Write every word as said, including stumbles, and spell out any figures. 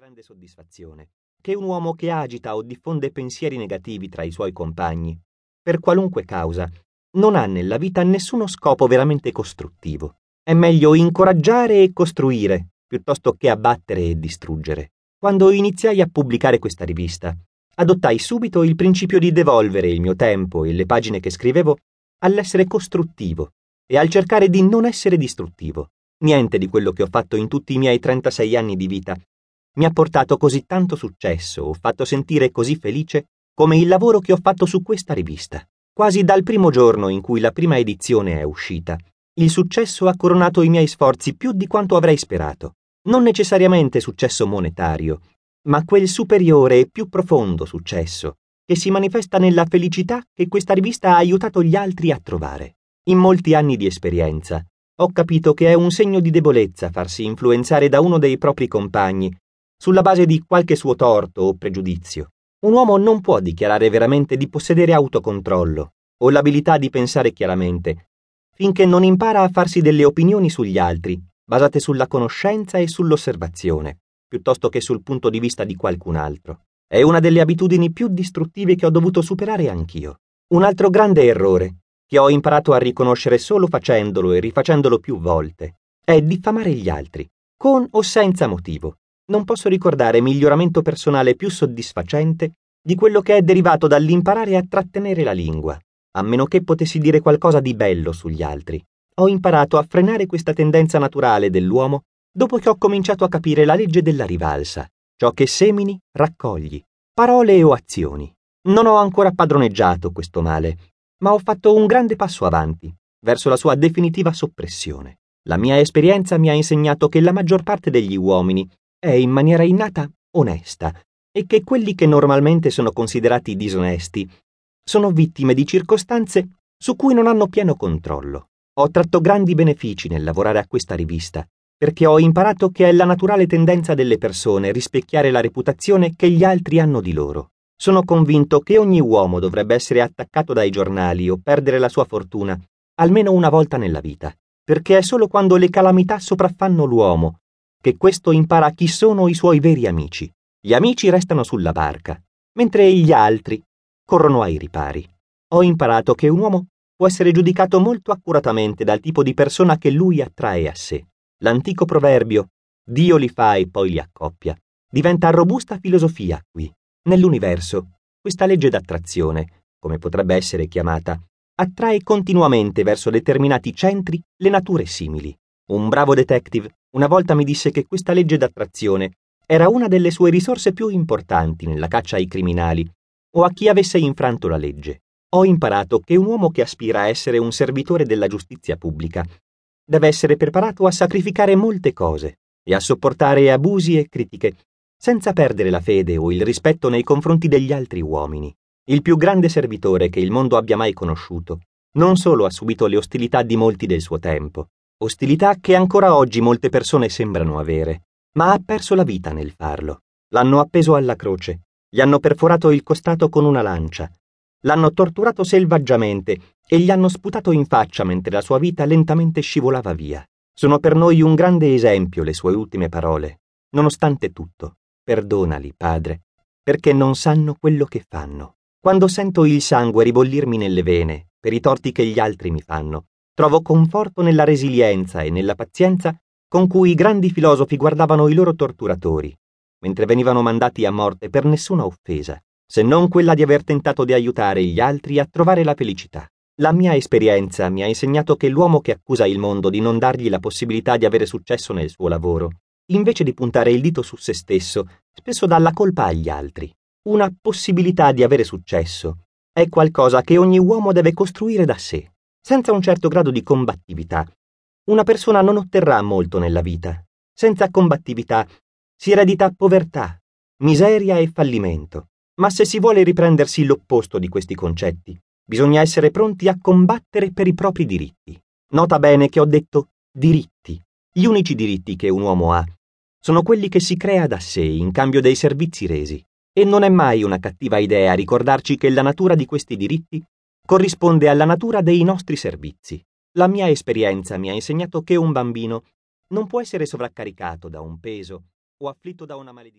grande soddisfazione che un uomo che agita o diffonde pensieri negativi tra i suoi compagni, per qualunque causa, non ha nella vita nessuno scopo veramente costruttivo. È meglio incoraggiare e costruire, piuttosto che abbattere e distruggere. Quando iniziai a pubblicare questa rivista, adottai subito il principio di devolvere il mio tempo e le pagine che scrivevo all'essere costruttivo e al cercare di non essere distruttivo. Niente di quello che ho fatto in tutti i miei trentasei anni di vita mi ha portato così tanto successo o fatto sentire così felice come il lavoro che ho fatto su questa rivista. Quasi dal primo giorno in cui la prima edizione è uscita, il successo ha coronato i miei sforzi più di quanto avrei sperato. Non necessariamente successo monetario, ma quel superiore e più profondo successo che si manifesta nella felicità che questa rivista ha aiutato gli altri a trovare. In molti anni di esperienza ho capito che è un segno di debolezza farsi influenzare da uno dei propri compagni sulla base di qualche suo torto o pregiudizio. Un uomo non può dichiarare veramente di possedere autocontrollo o l'abilità di pensare chiaramente finché non impara a farsi delle opinioni sugli altri basate sulla conoscenza e sull'osservazione, piuttosto che sul punto di vista di qualcun altro. È una delle abitudini più distruttive che ho dovuto superare anch'io. Un altro grande errore, che ho imparato a riconoscere solo facendolo e rifacendolo più volte, è diffamare gli altri, con o senza motivo. Non posso ricordare miglioramento personale più soddisfacente di quello che è derivato dall'imparare a trattenere la lingua, a meno che potessi dire qualcosa di bello sugli altri. Ho imparato a frenare questa tendenza naturale dell'uomo dopo che ho cominciato a capire la legge della rivalsa. Ciò che semini, raccogli, parole o azioni. Non ho ancora padroneggiato questo male, ma ho fatto un grande passo avanti, verso la sua definitiva soppressione. La mia esperienza mi ha insegnato che la maggior parte degli uomini è in maniera innata onesta e che quelli che normalmente sono considerati disonesti sono vittime di circostanze su cui non hanno pieno controllo. Ho tratto grandi benefici nel lavorare a questa rivista, perché ho imparato che è la naturale tendenza delle persone rispecchiare la reputazione che gli altri hanno di loro. Sono convinto che ogni uomo dovrebbe essere attaccato dai giornali o perdere la sua fortuna almeno una volta nella vita, perché è solo quando le calamità sopraffanno l'uomo che questo impara chi sono i suoi veri amici. Gli amici restano sulla barca, mentre gli altri corrono ai ripari. Ho imparato che un uomo può essere giudicato molto accuratamente dal tipo di persona che lui attrae a sé. L'antico proverbio «Dio li fa e poi li accoppia» diventa robusta filosofia qui. Nell'universo, questa legge d'attrazione, come potrebbe essere chiamata, attrae continuamente verso determinati centri le nature simili. Un bravo detective una volta mi disse che questa legge d'attrazione era una delle sue risorse più importanti nella caccia ai criminali o a chi avesse infranto la legge. Ho imparato che un uomo che aspira a essere un servitore della giustizia pubblica deve essere preparato a sacrificare molte cose e a sopportare abusi e critiche senza perdere la fede o il rispetto nei confronti degli altri uomini. Il più grande servitore che il mondo abbia mai conosciuto non solo ha subito le ostilità di molti del suo tempo, ostilità che ancora oggi molte persone sembrano avere, ma ha perso la vita nel farlo. L'hanno appeso alla croce, gli hanno perforato il costato con una lancia, l'hanno torturato selvaggiamente e gli hanno sputato in faccia mentre la sua vita lentamente scivolava via. Sono per noi un grande esempio le sue ultime parole. Nonostante tutto, perdonali, Padre, perché non sanno quello che fanno. Quando sento il sangue ribollirmi nelle vene per i torti che gli altri mi fanno, trovo conforto nella resilienza e nella pazienza con cui i grandi filosofi guardavano i loro torturatori, mentre venivano mandati a morte per nessuna offesa, se non quella di aver tentato di aiutare gli altri a trovare la felicità. La mia esperienza mi ha insegnato che l'uomo che accusa il mondo di non dargli la possibilità di avere successo nel suo lavoro, invece di puntare il dito su se stesso, spesso dà la colpa agli altri. Una possibilità di avere successo è qualcosa che ogni uomo deve costruire da sé. Senza un certo grado di combattività, una persona non otterrà molto nella vita. Senza combattività si eredita povertà, miseria e fallimento. Ma se si vuole riprendersi l'opposto di questi concetti, bisogna essere pronti a combattere per i propri diritti. Nota bene che ho detto diritti. Gli unici diritti che un uomo ha sono quelli che si crea da sé in cambio dei servizi resi. E non è mai una cattiva idea ricordarci che la natura di questi diritti corrisponde alla natura dei nostri servizi. La mia esperienza mi ha insegnato che un bambino non può essere sovraccaricato da un peso o afflitto da una maledizione.